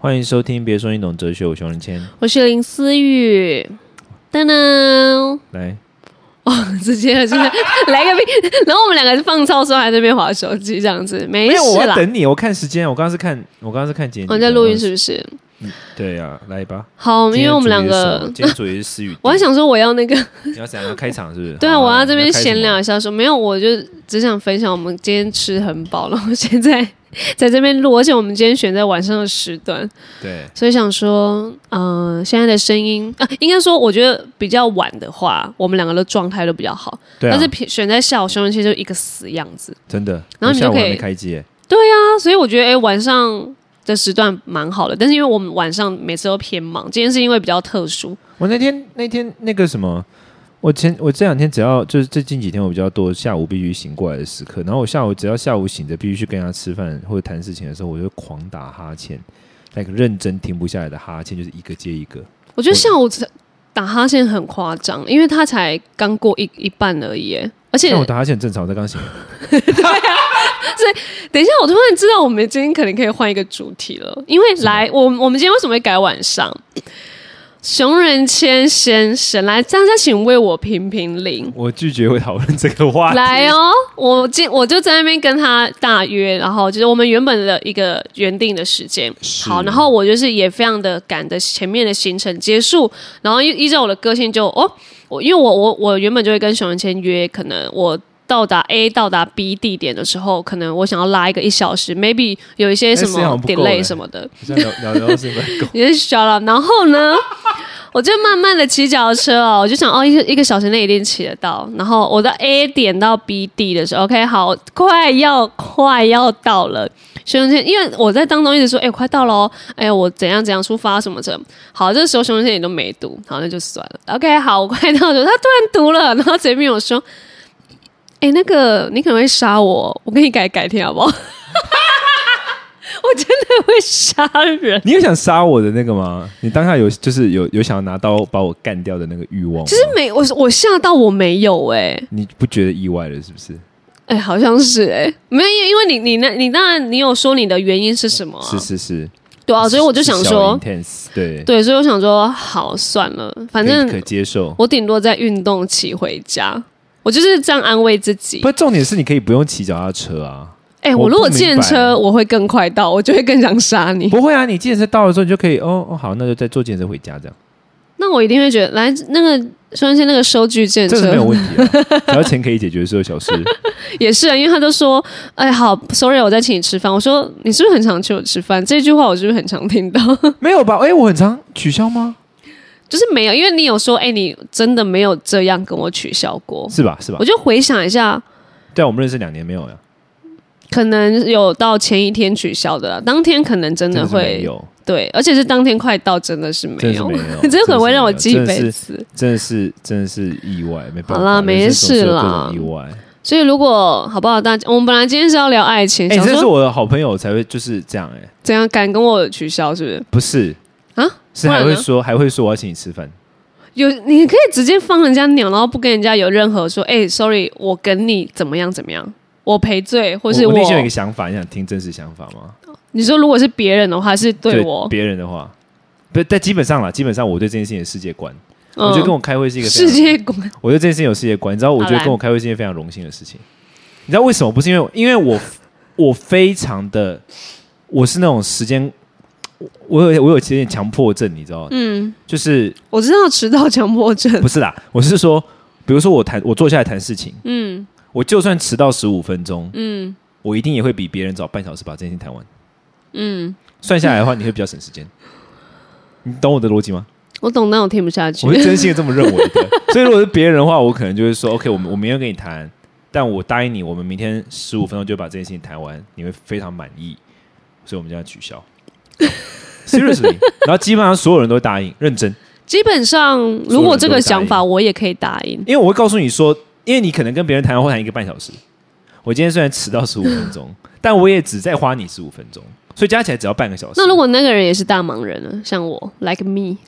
欢迎收听，别说你懂哲学，我熊仁谦， 我是林思雨，噔噔， 来， 直接就是来个屁，然后我们两个放操的时候还在那边滑手机，这样子没事啦。 我要等你，我看时间，我刚刚是看节目， 我在录音是不是？ 对啊，来吧。 好，因为我们两个今天主题是思雨， 我还想说我要那个， 你要怎样开场是不是？ 对啊，我要这边闲聊一下说，没有，我就只想分享我们今天吃很饱，然后现在在这边录，而且我们今天选在晚上的时段， 对， 所以想说，现在的声音应该说，我觉得比较晚的话，我们两个的状态都比较好， 对啊， 但是选在下午，熊仁谦就一个死样子， 真的， 然后你就可以没开机， 对啊，所以我觉得晚上的时段蛮好的，但是因为我们晚上每次都偏忙，今天是因为比较特殊。 我那天那个什么，我这两天只要就是最近几天我比较多下午必须醒过来的时刻，然后我只要下午醒着必须去跟人家吃饭或者谈事情的时候，我就狂打哈欠，那个认真停不下来的哈欠，就是一个接一个。 我觉得下午打哈欠很夸张，因为他才刚过一半而已，而且我打哈欠很正常，我才刚醒。 对啊，所以等一下，我突然知道我们今天可能可以换一个主题了，因为我们今天为什么会改晚上？熊仁谦先生，来，大家请为我评评理。 我拒绝会讨论这个话题。 来哦，我就在那边跟他大约，然后就是我们原本的一个原定的时间。好，然后我就是也非常的赶的前面的行程结束，然后依照我的个性就因为我原本就会跟熊仁谦约，可能我到达 A 到达 B 地点的时候，可能我想要拉一个1小时 ，maybe 有一些什么 delay 什么的， 聊是不够， 你就笑了。然后呢，我就慢慢的骑脚踏车我就想一个小时内一定骑得到。然后我的 A 点到 B 地的时候 ，OK， 好，快要到了。熊仁谦，因为我在当中一直说，快到了我怎样出发什么的。好，这时候熊仁谦也都没读，好，那就算了。OK， 好，我快到了，他突然读了，然后嘴边有说。那个你可能会杀我，我跟你改天好不好？我真的会杀人。 你有想杀我的那个吗？你当下有想要拿刀把我干掉的那个欲望吗？ 其实我吓到我没有你不觉得意外了是不是？ 好像是没有，因为你当然你有说你的原因是什么是。 对啊，所以我就想说， 对， 所以我想说，好算了，反正可接受。 我顶多在运动骑回家。我就是这样安慰自己。 不，重点是你可以不用骑脚踏车啊。 我如果计程车，我会更快到，我就会更想杀你。 不会啊，你计程车到了之后，你就可以好，那就再坐计程车回家这样。 那我一定会觉得，来那个熊仁谦那个收据计程车， 这是没有问题只要钱可以解决所有小事。 也是因为他都说，好 ，sorry， 我再请你吃饭。我说你是不是很常请我吃饭？这句话我是不是很常听到？ 没有吧？我很常取消吗？ 就是没有，因为你有说，你真的没有这样跟我取消过， 是吧？ 我就回想一下， 对啊，我们认识2年没有呀， 可能有到前一天取消的啦，当天可能真的会没有， 对，而且是当天快到，真的是没有，真的很会让我记一辈子， 真的是意外，没办法， 好啦，没事啦， 意外。 所以如果好不好，大家，我们本来今天是要聊爱情， 这是我的好朋友才会就是这样怎样敢跟我取消，是不是？ 不是啊。是还会说我要请你吃饭， 你可以直接放人家鸟，然后不跟人家有任何说，sorry， 我跟你怎么样，我赔罪，或是我内心有一个想法，你想听真实想法吗？ 你说如果是别人的话，是对我别人的话，不，但基本上我对这件事情的世界观，我觉得跟我开会是一个世界观， 我对这件事情有世界观，你知道，我觉得跟我开会是一件非常荣幸的事情。你知道为什么？不是因为我非常的，我是那种时间。我有点强迫症，你知道吗？就是我知道迟到强迫症， 不是啦，我是说，比如说我坐下来谈事情，我就算迟到15分钟，我一定也会比别人早半小时把这件事情谈完，算下来的话，你会比较省时间。你懂我的逻辑吗？ 我懂，但我听不下去。 我是真心的这么认为的，所以如果是别人的话，我可能就会说 ，OK， 我明天跟你谈，但我答应你，我们明天15分钟就把这件事情谈完，你会非常满意，所以我们就要取消。Seriously， 然后基本上所有人都答应，认真。 基本上，如果这个想法，我也可以答应， 因为我会告诉你说，因为你可能跟别人谈会谈1个半小时，我今天虽然迟到15分钟，但我也只再花你15分钟，所以加起来只要半个小时。 那如果那个人也是大忙人呢？像我 ，like me，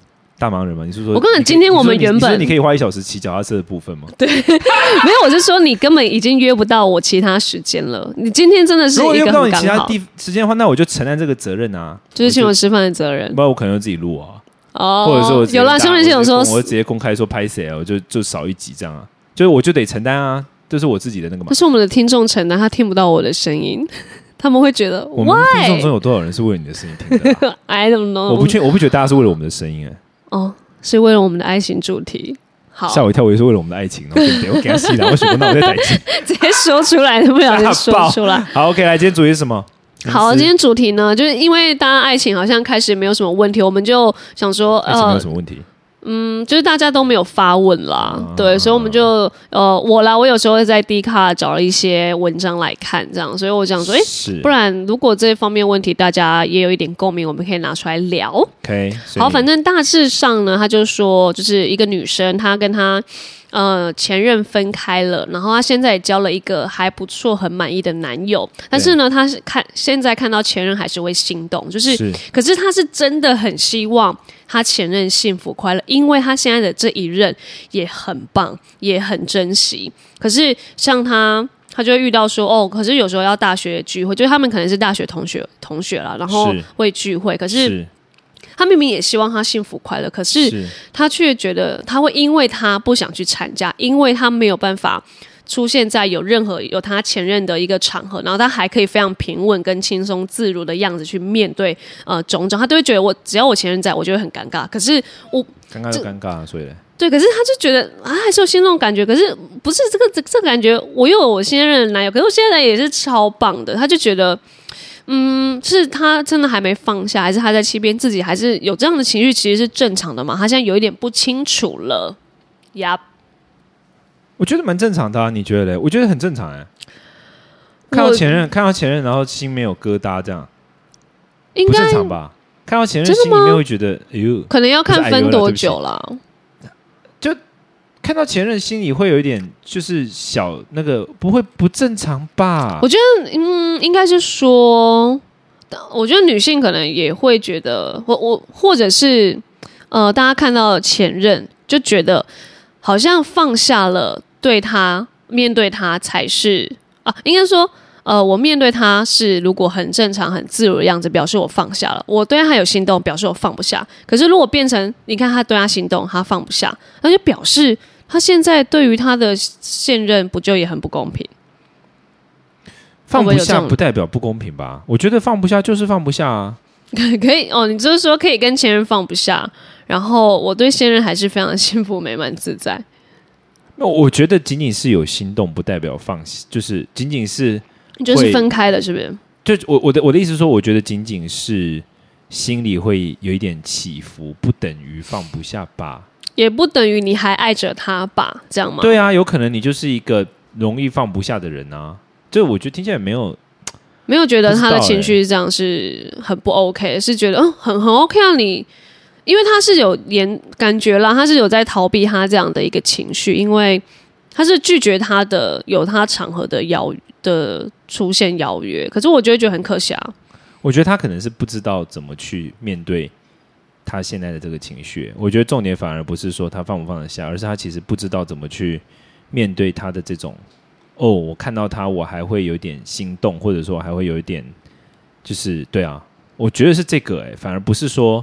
大忙人吗？你是说我跟你今天我们原本你可以花1小时骑脚踏车的部分吗？ 对，没有，我是说你根本已经约不到我其他时间了。你今天真的是一个很刚好。如果约不到你其他时间的话，那我就承担这个责任啊， 就是请我吃饭的责任。 不然我可能就自己录啊， 或者是我有啦，新闻系统说， 我直接公开说拍谁啊，我就少一集这样啊，就是我就得承担啊，这是我自己的那个嘛。 但是我们的听众承担，他听不到我的声音。他们会觉得， 我们听众中有多少人是为了你的声音听的、啊、 ？I don't know。 我不觉得大家是为了我们的声音是为了我们的爱情主题。好， 吓我一跳，我也是为了我们的爱情。我给他吸了，我想那我在逮鸡， 直接说出来，不了就说出来。 好 ，OK， 来，今天主题是什么？ 好，今天主题呢，就是因为大家爱情好像开始没有什么问题，我们就想说， 爱情没有什么问题。 就是大家都没有发问啦，对，所以我们就我有时候会在 Dcard 找了一些文章来看，这样，所以我想说，不然如果这方面问题大家也有一点共鸣，我们可以拿出来聊。 OK， 好，反正大致上呢，他就说，就是一个女生，她跟她前任分开了，然后她现在也交了一个还不错、很满意的男友，但是呢，她是现在看到前任还是会心动，可是她是真的很希望她前任幸福快乐，因为她现在的这一任也很棒，也很珍惜。可是像她就会遇到说，可是有时候要大学聚会，就是他们可能是大学同学啦，然后会聚会，可是他明明也希望他幸福快乐，可是他却觉得他会因为他不想去参加，因为他没有办法出现在有他前任的一个场合，然后他还可以非常平稳跟轻松自如的样子去面对种种，他都会觉得只要我前任在，我就会很尴尬。可是我尴尬就尴尬啊，所以嘞。 对，可是他就觉得还是有心动感觉，可是不是这个感觉，我又有我现任的男友，可是我现在也是超棒的，他就觉得。是他真的还没放下，还是他在欺骗自己，还是有这样的情绪，其实是正常的嘛？他现在有一点不清楚了呀。 我觉得蛮正常的啊，你觉得嘞？我觉得很正常哎。看到前任，然后心没有疙瘩，这样应该不正常吧？看到前任，心里面会觉得哎呦， 可能要看分多久啦。 就看到前任，心里会有一点就是小那个，不正常吧？ 我觉得应该是说，我觉得女性可能也会觉得，或者是大家看到前任就觉得好像放下了，面对他才是应该说我面对他是如果很正常很自如的样子，表示我放下了；我对他有心动，表示我放不下。可是如果变成你看他对他心动，他放不下，那就表示他现在对于他的现任不就也很不公平？ 放不下不代表不公平吧？我觉得放不下就是放不下啊。 可以你就是说可以跟前任放不下，然后我对现任还是非常幸福美满自在。 那我觉得仅仅是有心动，不代表放弃，就是仅仅是就是分开了，是不是？ 就我的意思说，我觉得仅仅是心里会有一点起伏，不等于放不下吧？ 也不等于你还爱着他吧？这样吗？ 对啊，有可能你就是一个容易放不下的人啊。就我觉得听起来没有觉得他的情绪这样是很不 OK， 是觉得很 OK 啊你。因为他是有感觉啦，他是有在逃避他这样的一个情绪，因为他是拒绝他的有他场合的出现邀约，可是我就会觉得很可惜啊。 我觉得他可能是不知道怎么去面对他现在的这个情绪。我觉得重点反而不是说他放不放得下，而是他其实不知道怎么去面对他的这种我看到他我还会有点心动，或者说还会有一点就是对啊，我觉得是这个反而不是说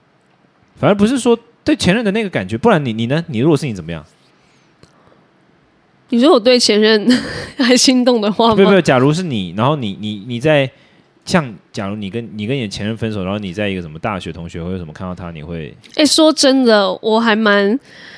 对前任的那个感觉。不然你呢？你如果是你怎么样？ 你说我对前任还心动的话吗？ 不，假如是你，然后你在像假如你跟你的前任分手，然后你在一个什么大学同学会有什么看到他，你会说真的，我还蛮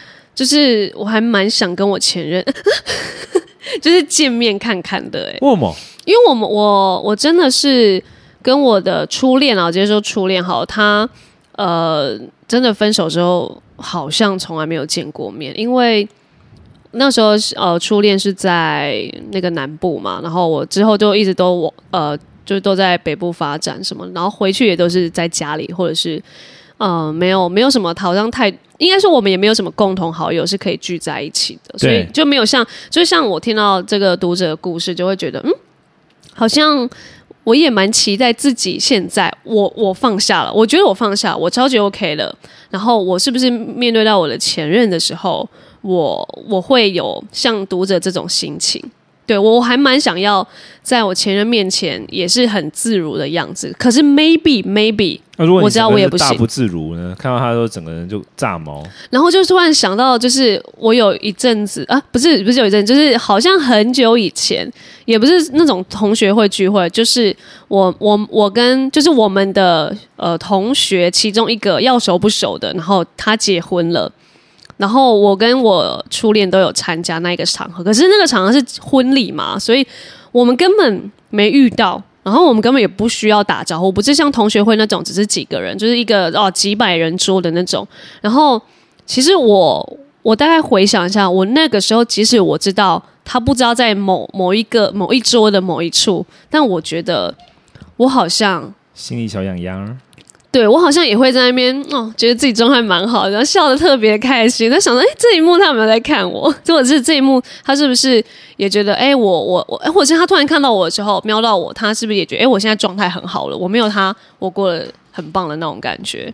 想跟我前任就是见面看看的为什么？ 因为我真的是跟我的初恋啊，我直接说初恋好，他真的分手之后好像从来没有见过面，因为那时候初恋是在那个南部嘛，然后我之后就一直都就是都在北部发展什么，然后回去也都是在家里，或者是没有什么好像应该说我们也没有什么共同好友是可以聚在一起的，所以就没有就像我听到这个读者的故事，就会觉得好像我也蛮期待自己现在我放下了，我觉得我放下，我超级 OK 了。然后我是不是面对到我的前任的时候，我会有像读者这种心情？对，我还蛮想要在我前任面前也是很自如的样子。可是 maybe，我知道我也不行， 大不自如呢，看到他都整个人就炸毛。 然后就突然想到，就是我有一阵子啊，不是有一阵，就是好像很久以前，也不是那种同学会聚会，就是我跟就是我们的同学其中一个要熟不熟的，然后他结婚了。然后我跟我初恋都有参加那个场合，可是那个场合是婚礼嘛，所以我们根本没遇到，然后我们根本也不需要打招呼，不是像同学会那种只是几个人，就是一个几百人桌的那种。然后其实我大概回想一下，我那个时候即使我知道他不知道在某一桌的某一处，但我觉得我好像心里小痒痒。 对，我好像也会在那边觉得自己状态蛮好的，然后笑得特别开心。在想说，这一幕他有没有在看我？或者是这一幕他是不是也觉得，或者是他突然看到我的时候瞄到我，他是不是也觉得，我现在状态很好了？我没有他，我过得很棒的那种感觉。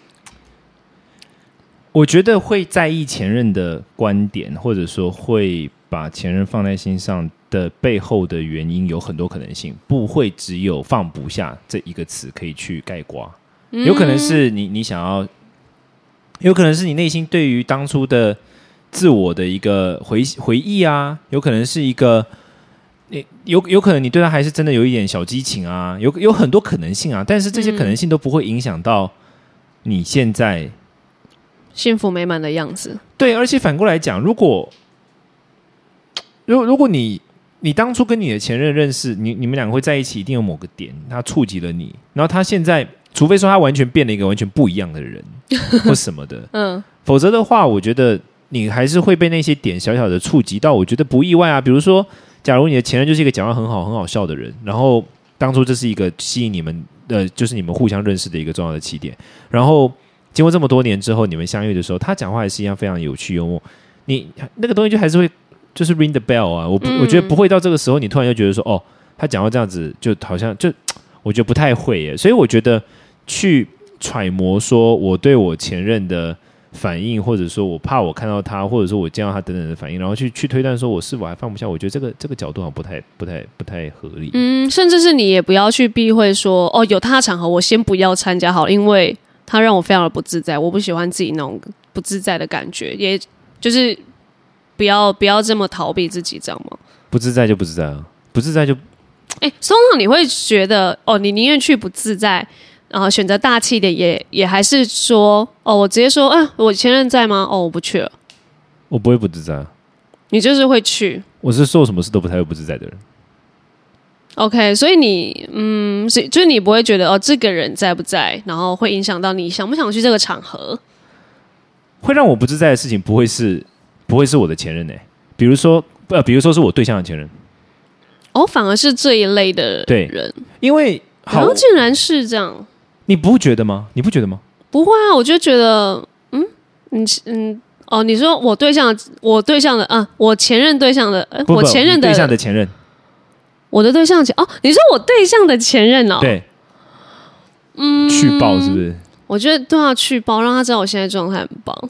我觉得会在意前任的观点，或者说会把前任放在心上的背后的原因有很多可能性，不会只有放不下这一个词可以去概括。有可能是你想要，有可能是你内心对于当初的自我的一个回忆啊，有可能是一个，有可能你对他还是真的有一点小激情啊，有很多可能性啊，但是这些可能性都不会影响到你现在幸福美满的样子。 对，而且反过来讲，如果你当初跟你的前任认识，你们两个会在一起，一定有某个点他触及了你，然后他现在除非说他完全变了一个完全不一样的人或什么的，否则的话我觉得你还是会被那些点小小的触及到，我觉得不意外啊。比如说假如你的前任就是一个讲话很好笑的人，然后当初这是一个吸引你们就是你们互相认识的一个重要的起点，然后经过这么多年之后你们相遇的时候，他讲话还是一样非常有趣幽默，你那个东西就还是会就是 ring the bell 啊，我觉得不会到这个时候你突然就觉得说他讲到这样子就好像就我觉得不太会耶。所以我觉得去揣摩说我对我前任的反应，或者说我怕我看到他，或者说我见到他等等的反应，然后去推断说我是否还放不下，我觉得这个角度好像不太合理。 甚至是你也不要去避讳说有他的场合我先不要参加好了，因为他让我非常的不自在，我不喜欢自己那种不自在的感觉，也就是不要这么逃避自己，这样吗？不自在就不自在啊，不自在就通常你会觉得你宁愿去不自在，然后选择大气的也还是说我直接说我前任在吗？我不去了。我不会不自在，你就是会去。我是做什么事都不太会不自在的人。OK， 所以你就是你不会觉得这个人在不在，然后会影响到你想不想去这个场合。会让我不自在的事情不会是我的前任比如说是我对象的前任。反而是这一类的人。对，因为然后竟然是这样，你不觉得吗？你不觉得吗？不会啊，我就觉得你说我对象的我前任对象的我前任的对象的前任，我的对象你说我对象的前任对，去爆是不是？我觉得都要去爆，让他知道我现在状态很棒。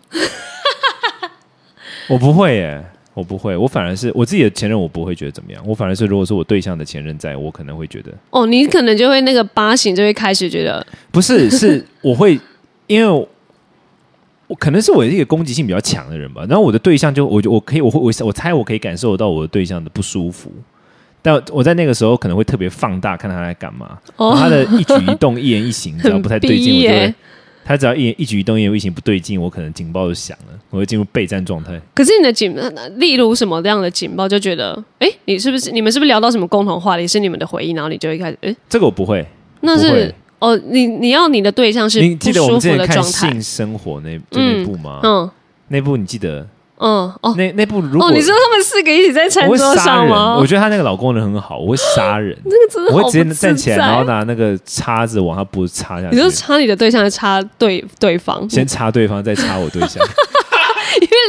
我不会耶，我不会，我反而是我自己的前任，我不会觉得怎么样。我反而是如果是我对象的前任在，我可能会觉得你可能就会那个八型就会开始觉得不是，是我会因为我可能是我一个攻击性比较强的人吧，然后我的对象就我猜我可以感受到我的对象的不舒服，但我在那个时候可能会特别放大看他在干嘛，然后他的一举一动一言一行只要不太对劲，我就会他只要一举一动一言一行不对劲，我可能警报就响了，我会进入备战状态。可是你的例如什么样的警报，就觉得你们是不是聊到什么共同话题是你们的回忆，然后你就会开始这个我不会，那是你要你的对象是不舒服的状态。你记得我们之前看性生活那部吗？那部你记得？那部如果你说他们4个一起在餐桌上吗？我觉得他那个老公人很好，我会杀人，那个真的好不自在，我会直接站起来，然后拿那个叉子往他脖子插下去。你就插你的对象，还是插对方？先插对方，再插我对象。因为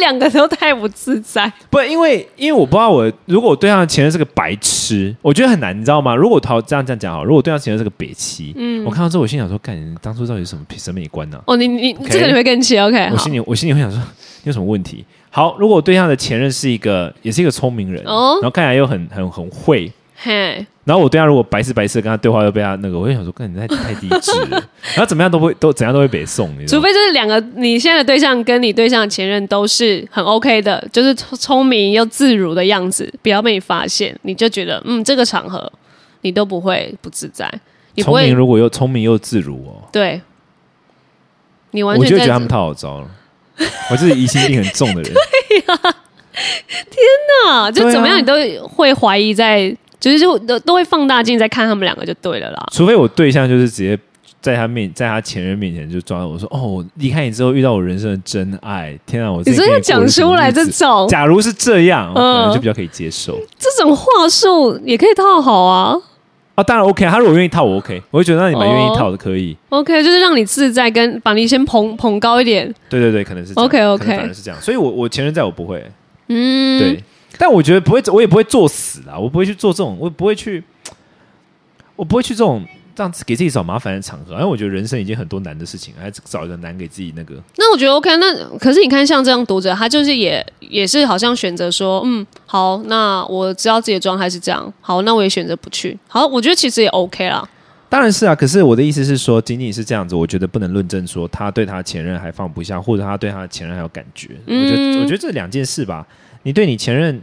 两个都太不自在。 不，因为我不知道如果我对象的前任是个白痴，我觉得很难，你知道吗？如果这样讲好，如果对象前任是个北七，我看到之后我心想说，干，你当初到底是什么审美观呢？ 哦，你这个你会更气 ，OK？ 我心里会想说，你有什么问题？好，如果我对象的前任也是一个聪明人，然后看起来又很会。 嘿， 然后我对象如果白痴的跟他对话又被他那个，我就想说，干，你太低智了。然后怎么样都会北宋， 除非就是两个你现在的对象跟你对象的前任都是很 OK 的，就是聪明又自如的样子，不要被你发现，你就觉得这个场合你都不会不自在。你不会如果又聪明又自如哦， 对，你完全我就觉得他们太好招了。我是疑心病很重的人。 对呀、天哪，就怎么样你都会怀疑在。就是都会放大镜在看他们两个就对了啦， 除非我对象就是直接在他前任面前就抓到我说，我离开你之后遇到我人生的真爱，天啊，我你真的讲出来这种， 假如是这样，可能就比较可以接受。 这种话术也可以套好啊。 当然 OK， 他如果愿意套我 OK， 我会觉得那你们愿意套的可以 OK， 就是让你自在，跟把你先捧高一点。 对，可能是这样 OK， 反而是这样，所以我前任在我不会， 对。 但我觉得不会，我也不会作死啦，我不会去做这种，我不会去这种这样子给自己找麻烦的场合，因为我觉得人生已经很多难的事情，还找一个难给自己那个。 那我觉得 OK， 那可是你看像这样读者，他就是也是好像选择说，好，那我知道自己的状态是这样，好，那我也选择不去。好，我觉得其实也 OK 啦。 当然是啊，可是我的意思是说，仅仅是这样子，我觉得不能论证说他对他前任还放不下，或者他对他前任还有感觉。我觉得这两件事吧。你对你前任，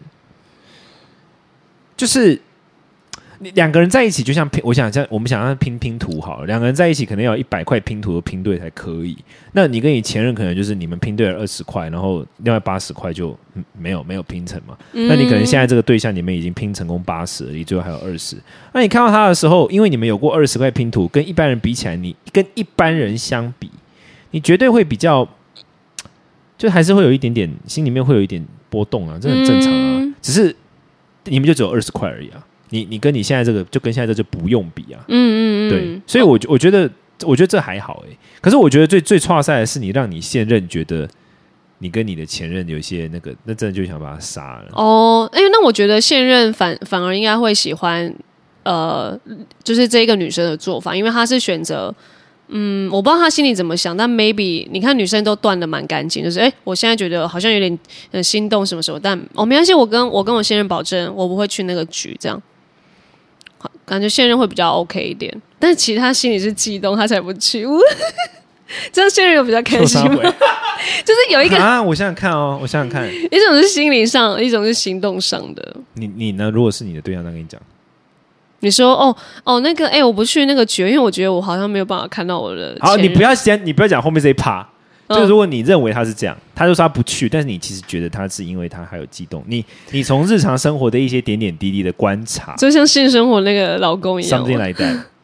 就是你两个人在一起，就像我们想要拼图好了，两个人在一起可能要100块拼图都拼对才可以。那你跟你前任可能就是你们拼对了20块，然后另外80块就没有拼成嘛。那你可能现在这个对象你们已经拼成功80了，你最后还有20。那你看到他的时候，因为你们有过20块拼图，跟一般人比起来，你跟一般人相比，你绝对会比较，就还是会有一点点心里面会有一点波动啊，这很正常啊。只是你们就只有20块而已啊。你跟你现在这个就跟现在这就不用比啊。对，所以我觉得这还好可是我觉得最挫赛的是你让你现任觉得你跟你的前任有一些那真的就想把他杀了。 那我觉得现任反而应该会喜欢就是这个女生的做法，因为她是选择。我不知道他心里怎么想，但 maybe 你看女生都断得蛮干净，就是我现在觉得好像有点心动什么什么，但没关系，我跟我现任保证我不会去那个局，这样好感觉现任会比较 OK 一点，但是其实他心里是激动，他才不去。这样现任有比较开心吗？就是有一个我想想看， 一种是心理上，一种是行动上的。 你呢？如果是你的对象，那跟你讲。 你说那个我不去那个局，因为我觉得我好像没有办法看到我的前任。 好，你不要讲后面这一趴。就是如果你认为他是这样，他就说他不去，但是你其实觉得他是因为他还有激动。你从日常生活的一些点点滴滴的观察， 就像性生活那个老公一样 ，something like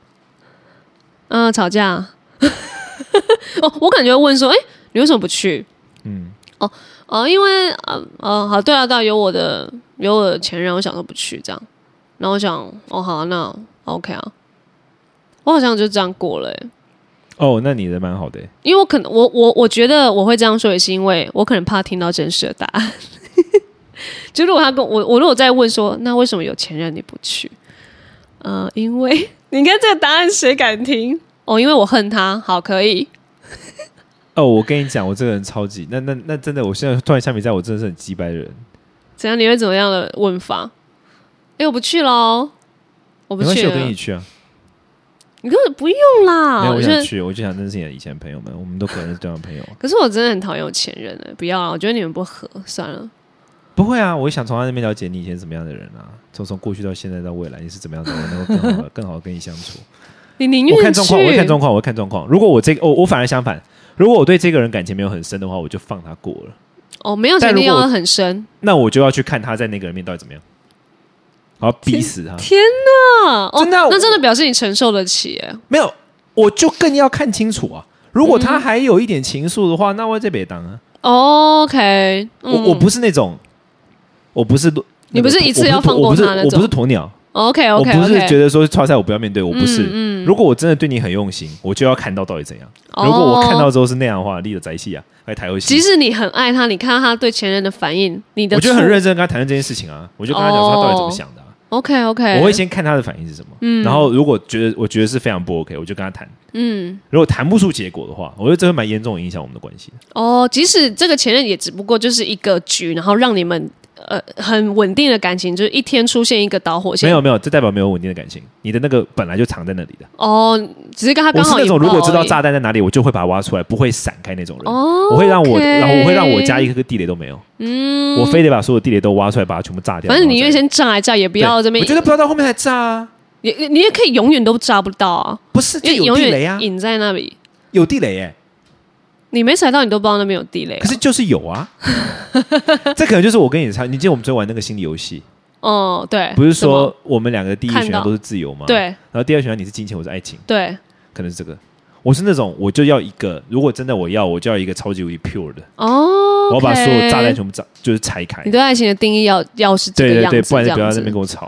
that。 吵架。我感觉问说，你为什么不去？因为好，对啊，有我的前任，我想说不去这样。然后我想，好，那 OK 啊，我好像就这样过了那你的蛮好的因为我可能我觉得我会这样说，也是因为我可能怕听到真实的答案。就如果他跟我如果再问说，那为什么有前任你不去？因为你看这个答案谁敢听？因为我恨他。好，可以。 我跟你讲，我这个人超级那真的，我现在突然想比赛，我真的是很鸡掰的人。 怎样？你会怎么样的问法？我不去咯，我不去了。 没关系，我跟你去啊。 你根本不用啦。 没有，我想去，我就想认识你的以前朋友们，我们都可能是对方朋友。 可是我真的很讨厌我前任不要啦，我觉得你们不合，算了。 不会啊，我想从他那边了解你以前是怎么样的人啊，从过去到现在到未来，你是怎么样的人，能够更好的跟你相处。 你宁愿我看状况。如果我反而相反，如果我对这个人感情没有很深的话，我就放他过了。 没有前提要很深， 那我就要去看他在那个人面到底怎么样。我要逼死他！ 天哪，真的那真的表示你承受得起没有，我就更要看清楚啊。如果他还有一点情愫的话，那我在北当啊。 OK， 我不是那种，我不是你不是一次要放过他那种， 我不是鸵鸟， OK， 我不是觉得说差赛我不要面对，我不是。如果我真的对你很用心，我就要看到底怎样。如果我看到之后是那样的话，立了宅戏啊，来台游戏。 即使你很爱他，你看到他对前任的反应，我就很认真跟他谈论这件事情啊，我就跟他讲说他到底怎么想的、啊。 OK， 我会先看他的反应是什么，然后如果我觉得是非常不 OK， 我就跟他谈。如果谈不出结果的话，我觉得这会蛮严重的影响我们的关系。 即使这个前任也只不过就是一个局，然后让你们很稳定的感情，就是一天出现一个导火线。 没有，这代表没有稳定的感情。你的那个本来就藏在那里的。 只是跟他刚好。 我是那种如果知道炸弹在哪里，我就会把它挖出来，不会闪开那种人。我会让我家一个地雷都没有。我非得把所有地雷都挖出来，把它全部炸掉。 反正你宁愿先炸一炸，也不要这边。 我觉得不要到后面才炸啊。 你也可以永远都炸不到啊。 不是，就有地雷啊， 隐在那里。 有地雷耶。 你没踩到，你都不知道那边有地雷、啊。 可是就是有啊，这可能就是我跟你差。你记得我们昨天玩那个心理游戏？ 对， 不是说我们两个第一选项都是自由吗？ 对。 然后第二选项你是金钱，我是爱情。 对， 可能是这个。我是那种我就要一个，如果真的我就要一个超级无敌 pure 的。 我要把所有炸弹全部就是拆开。 你对爱情的定义要是这个样子， 对，不然就不要在那边跟我吵。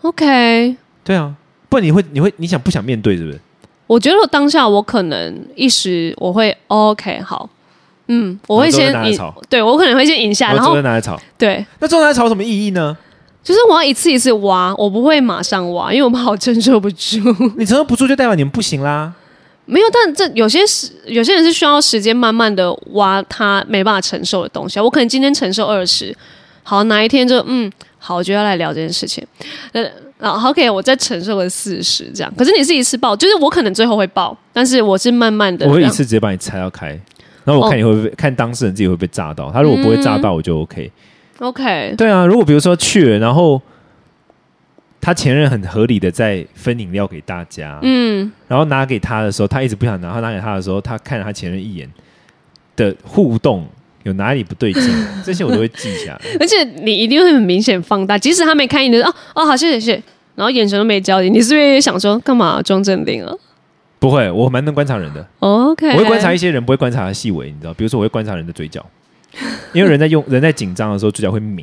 OK。 对啊，不然你不想面对是不是？ 我觉得当下我可能一时我会 OK 好，我会先对我可能会先赢下，然后拿来吵。对，那最后拿来吵有什么意义呢？ 就是我要一次一次挖，我不会马上挖，因为我怕我承受不住。 你承受不住就代表你们不行啦。 没有，但这有些人是需要时间慢慢的挖他没办法承受的东西。我可能今天承受20，好哪一天就好，我就要来聊这件事情。然后 OK， 我再承受了40这样。可是你是一次爆，就是我可能最后会爆，但是我是慢慢的。 我会一次直接把你拆到开，然后我看你会不会看当事人自己会不会炸到。他如果不会炸到，我就 OK。 OK。 对啊，如果比如说去了，然后他前任很合理的在分饮料给大家，然后拿给他的时候，他一直不想拿，他拿给他的时候，他看了他前任一眼的互动。有哪里不对劲？这些我都会记下来。 而且你一定会很明显放大，即使他没看你的好，谢谢，然后眼神都没交集，你是不是也想说干嘛装镇定啊？ 不会，我蛮能观察人的。 OK， 我会观察一些人，不会观察他细微，你知道？比如说，我会观察人的嘴角，因为人在紧张的时候，嘴角会抿。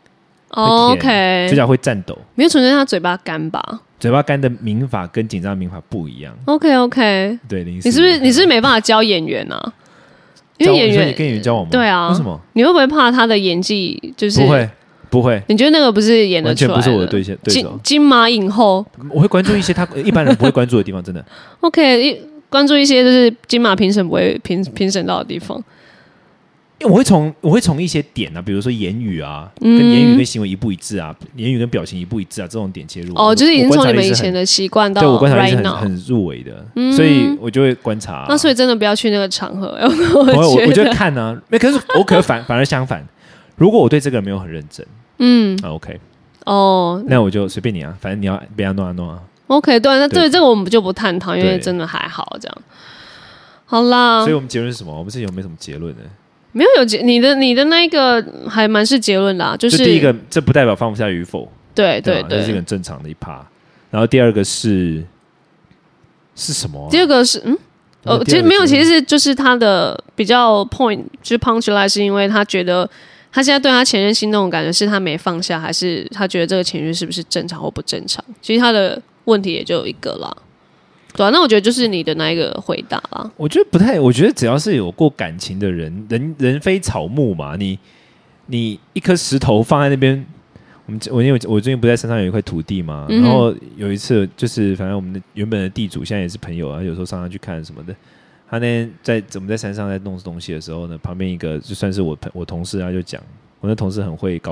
OK， 嘴角会颤抖。 没有纯粹他嘴巴干吧？ 嘴巴干的抿法跟紧张的抿法不一样。 OK， 对，你是不是没办法教演员啊？因为你跟演员交往吗？ 对啊， 为什么？ 你会不会怕他的演技就是不会？ 你觉得那个不是演得出来的？ 完全不是我的对手。 金马影后， 我会关注一些他一般人不会关注的地方，真的。 OK， 关注一些就是金马评审不会评审到的地方。 因为我会从一些点啊，比如说言语啊，跟言语跟行为一不一致啊，言语跟表情一不一致啊，这种点切入。 就是已经从你们以前的习惯到 right now， 对我观察力是很入微的，所以我就会观察。 那所以真的不要去那个场合。 我就看啊，可是我反而相反，如果我对这个人没有很认真，OK， 那我就随便你啊，反正你要不要弄啊 OK， 对，那这个我们就不探讨，因为真的还好这样。好啦， 所以我们结论是什么？我们之前有没有什么结论呢？ 没有你的那一个还蛮是结论啦，就是第一个，这不代表放不下与否， 对， 这是一个很正常的一趴。然后第二个是什么？ 第二个是其实没有，其实就是他的比较 point 就是 punchline， 是因为他觉得他现在对他前任心动的感觉是他没放下，还是他觉得这个情绪是不是正常或不正常？其实他的问题也就有一个啦。对啊，那我觉得就是你的那一个回答啦。 我觉得不太，我觉得只要是有过感情的人，人非草木嘛。你一颗石头放在那边，我最近不在山上有一块土地嘛，然后有一次就是反正我们的原本的地主现在也是朋友啊，有时候上去看什么的。他那天我们在山上在弄东西的时候呢，旁边一个就算是我同事，他就讲，我那同事很会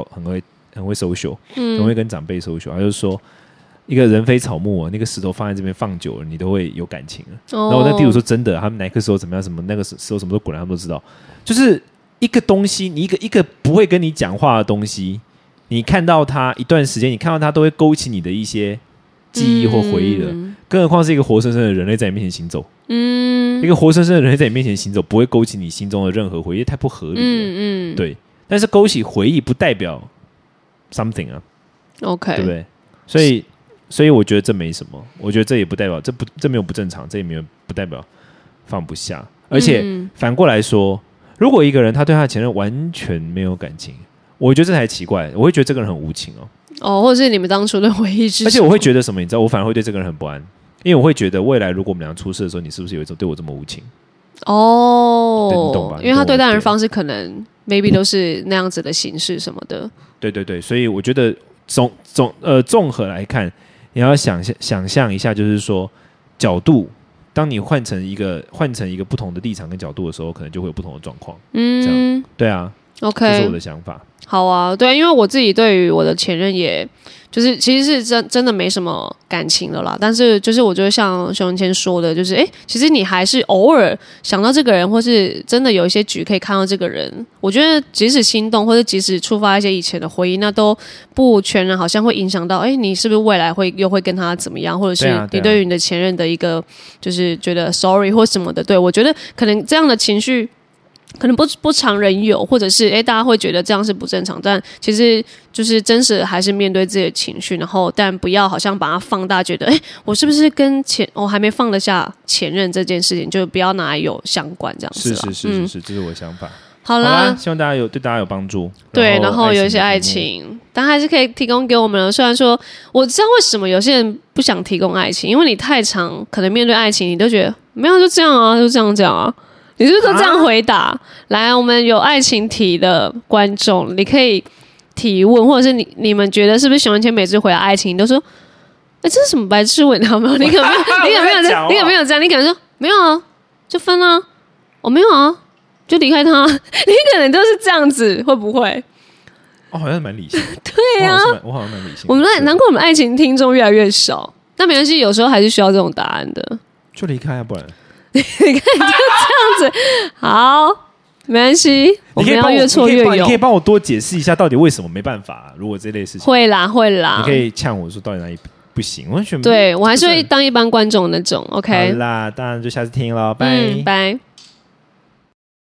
social， 很会跟长辈 social， 他就说。一个人非草木啊，那个石头放在这边放久了，你都会有感情了。然后我那地主说真的，他们哪个时候怎么样，什么那个时候什么都滚来，他们都知道。就是一个东西，你一个不会跟你讲话的东西，你看到它一段时间，你看到它都会勾起你的一些记忆或回忆了。更何况是一个活生生的人类在你面前行走，一个活生生的人类在你面前行走，不会勾起你心中的任何回忆，太不合理了。对。但是勾起回忆不代表 something 啊 ，OK， 对不对？所以我觉得这没什么，我觉得这也不代表这没有不正常，这也没有不代表放不下。而且反过来说，如果一个人他对他的前任完全没有感情，我觉得这才奇怪，我会觉得这个人很无情哦。 哦，或者是你们当初的回忆是什么？ 而且我会觉得什么，你知道，我反而会对这个人很不安，因为我会觉得未来如果我们俩出事的时候，你是不是有一种对我这么无情？ 哦， 你懂吧？ 因为他对待人方式可能 maybe 都是那样子的形式什么的。对对对，所以我觉得综合来看，你要想象一下，就是说角度，当你换成一个不同的立场跟角度的时候，可能就会有不同的状况。这样对啊 ，OK， 这是我的想法。 好啊，对，因为我自己对于我的前任也，就是其实是真的没什么感情了啦。但是就是我觉得像熊谦说的，就是其实你还是偶尔想到这个人，或是真的有一些局可以看到这个人，我觉得即使心动，或者即使触发一些以前的回忆，那都不全然好像会影响到，你是不是未来又会跟他怎么样，或者是你对于你的前任的一个就是觉得 sorry 或什么的。对，我觉得可能这样的情绪。可能不常人有，或者是大家会觉得这样是不正常，但其实就是真实还是面对自己的情绪，然后但不要好像把它放大，觉得我是不是跟我还没放得下前任这件事情，就不要拿来有相关这样子。 是，这是我的想法。 好啦， 希望对大家有帮助。 对，然后有一些爱情，但还是可以提供给我们了。虽然说我知道为什么有些人不想提供爱情，因为你太常可能面对爱情，你都觉得没有就这样啊，就这样讲啊。你是不是都这样回答？来，我们有爱情题的观众，你可以提问，或者是你们觉得是不是熊仁谦每次回答爱情，你都说，这是什么白痴问答吗？你可能没有这样，你可能说没有啊，就分啊，我没有啊，就离开他，你可能都是这样子，会不会？ 好像蛮理性。 对啊， 我好像蛮理性。 难怪我们爱情听众越来越少，但没关系，有时候还是需要这种答案的。 就离开啊，不然。 你看，就这样子，好，没关系，我们要越挫越勇。 你可以帮我多解释一下，到底为什么没办法？如果这类事情， 会啦， 你可以呛我说到底哪里不行？完全对我还是会当一般观众那种。OK， 好啦，当然就下次听咯，拜拜。